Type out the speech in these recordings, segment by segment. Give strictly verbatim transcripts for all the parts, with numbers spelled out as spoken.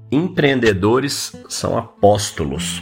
Empreendedores são apóstolos.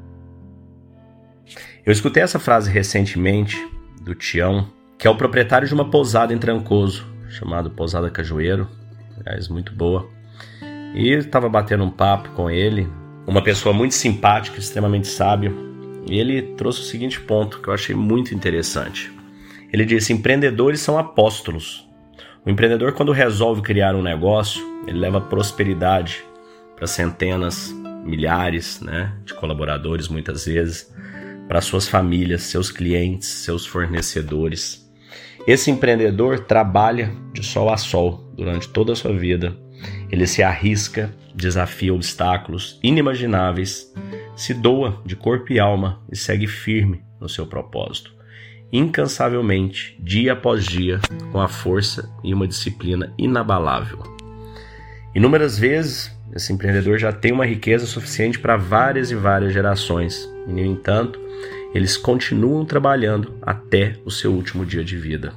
Eu escutei essa frase recentemente do Tião, que é o proprietário de uma pousada em Trancoso, chamada Pousada Cajueiro, aliás, muito boa. E eu estava batendo um papo com ele, uma pessoa muito simpática, extremamente sábio, e ele trouxe o seguinte ponto que eu achei muito interessante. Ele disse: empreendedores são apóstolos. O empreendedor, quando resolve criar um negócio, ele leva prosperidade para centenas, milhares, né, de colaboradores, muitas vezes, para suas famílias, seus clientes, seus fornecedores. Esse empreendedor trabalha de sol a sol durante toda a sua vida. Ele se arrisca, desafia obstáculos inimagináveis, se doa de corpo e alma e segue firme no seu propósito, incansavelmente, dia após dia, com a força e uma disciplina inabalável. Inúmeras vezes, esse empreendedor já tem uma riqueza suficiente para várias e várias gerações. E, no entanto, eles continuam trabalhando até o seu último dia de vida.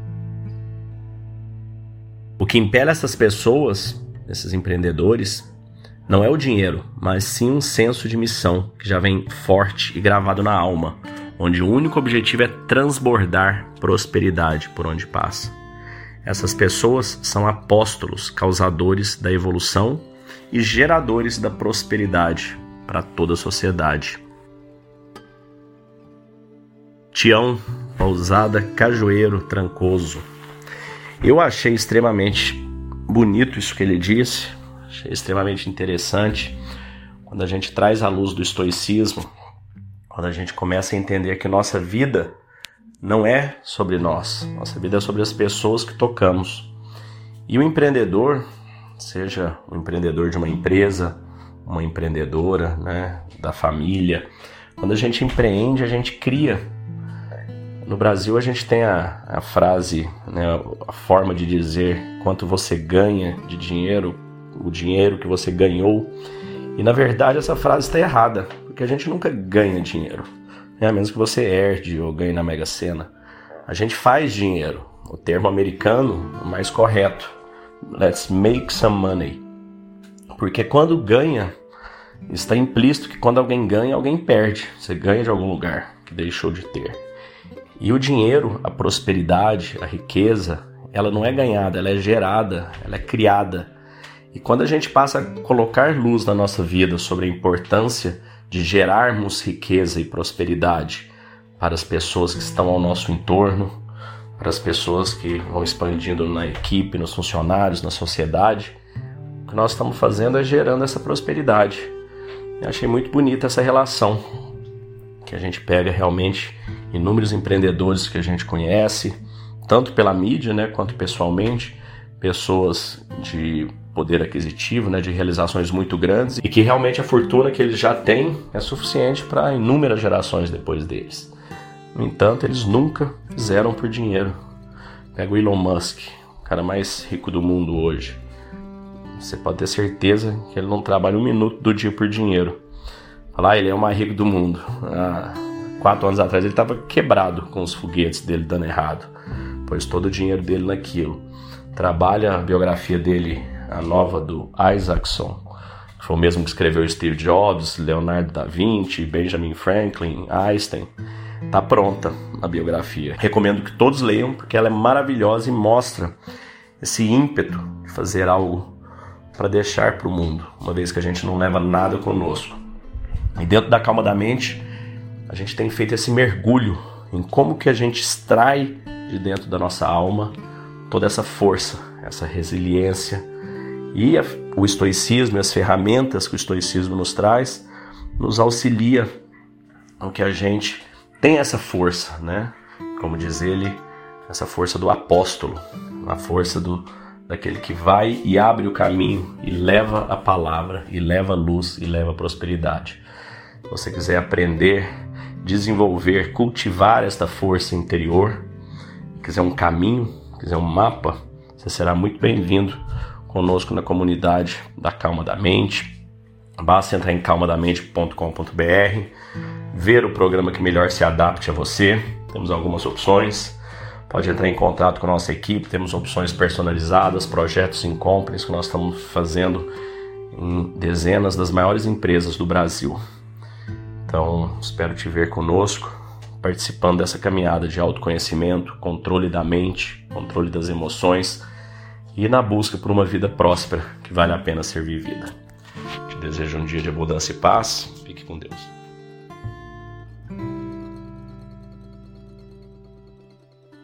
O que impele essas pessoas, esses empreendedores, não é o dinheiro, mas sim um senso de missão que já vem forte e gravado na alma, onde o único objetivo é transbordar prosperidade por onde passa. Essas pessoas são apóstolos, causadores da evolução e geradores da prosperidade para toda a sociedade. Tião, Pousada Cajueiro, Trancoso. Eu achei extremamente bonito isso que ele disse, achei extremamente interessante. Quando a gente traz a luz do estoicismo, quando a gente começa a entender que nossa vida não é sobre nós, nossa vida é sobre as pessoas que tocamos. E o empreendedor, seja o empreendedor de uma empresa, uma empreendedora, né, da família, quando a gente empreende, a gente cria. No Brasil a gente tem a, a frase, né, a forma de dizer quanto você ganha de dinheiro, o dinheiro que você ganhou. E na verdade essa frase está errada, porque a gente nunca ganha dinheiro, né, a menos que você herde ou ganhe na Mega Sena. A gente faz dinheiro, o termo americano é o mais correto. Let's make some money. Porque quando ganha, está implícito que quando alguém ganha, alguém perde. Você ganha de algum lugar que deixou de ter. E o dinheiro, a prosperidade, a riqueza, ela não é ganhada, ela é gerada, ela é criada. E quando a gente passa a colocar luz na nossa vida sobre a importância de gerarmos riqueza e prosperidade para as pessoas que estão ao nosso entorno, para as pessoas que vão expandindo na equipe, nos funcionários, na sociedade, o que nós estamos fazendo é gerando essa prosperidade. Eu achei muito bonita essa relação, que a gente pega realmente inúmeros empreendedores que a gente conhece, tanto pela mídia, né, quanto pessoalmente, pessoas de poder aquisitivo, né, de realizações muito grandes, e que realmente a fortuna que eles já têm é suficiente para inúmeras gerações depois deles. No entanto, eles nunca fizeram por dinheiro. Pega o Elon Musk, o cara mais rico do mundo hoje. Você pode ter certeza que ele não trabalha um minuto do dia por dinheiro. Falar, ah, ele é o mais rico do mundo. Há quatro anos atrás ele estava quebrado com os foguetes dele dando errado. Pôs todo o dinheiro dele naquilo. Trabalha a biografia dele, a nova do Isaacson, que foi o mesmo que escreveu Steve Jobs, Leonardo da Vinci, Benjamin Franklin, Einstein. Tá pronta a biografia. Recomendo que todos leiam, porque ela é maravilhosa e mostra esse ímpeto de fazer algo para deixar para o mundo, uma vez que a gente não leva nada conosco. E dentro da Calma da Mente, a gente tem feito esse mergulho em como que a gente extrai de dentro da nossa alma toda essa força, essa resiliência. E a, o estoicismo e as ferramentas que o estoicismo nos traz nos auxilia em que a gente tem essa força, né? Como diz ele, essa força do apóstolo, a força do, daquele que vai e abre o caminho e leva a palavra, e leva a luz, e leva a prosperidade. Se você quiser aprender, desenvolver, cultivar esta força interior, quiser um caminho, quiser um mapa, você será muito bem-vindo conosco na comunidade da Calma da Mente. Basta entrar em calma da mente ponto com ponto b r, ver o programa que melhor se adapte a você. Temos algumas opções. Pode entrar em contato com a nossa equipe. Temos opções personalizadas, projetos em compras que nós estamos fazendo em dezenas das maiores empresas do Brasil. Então, espero te ver conosco, participando dessa caminhada de autoconhecimento, controle da mente, controle das emoções e na busca por uma vida próspera que vale a pena ser vivida. Te desejo um dia de abundância e paz. Fique com Deus.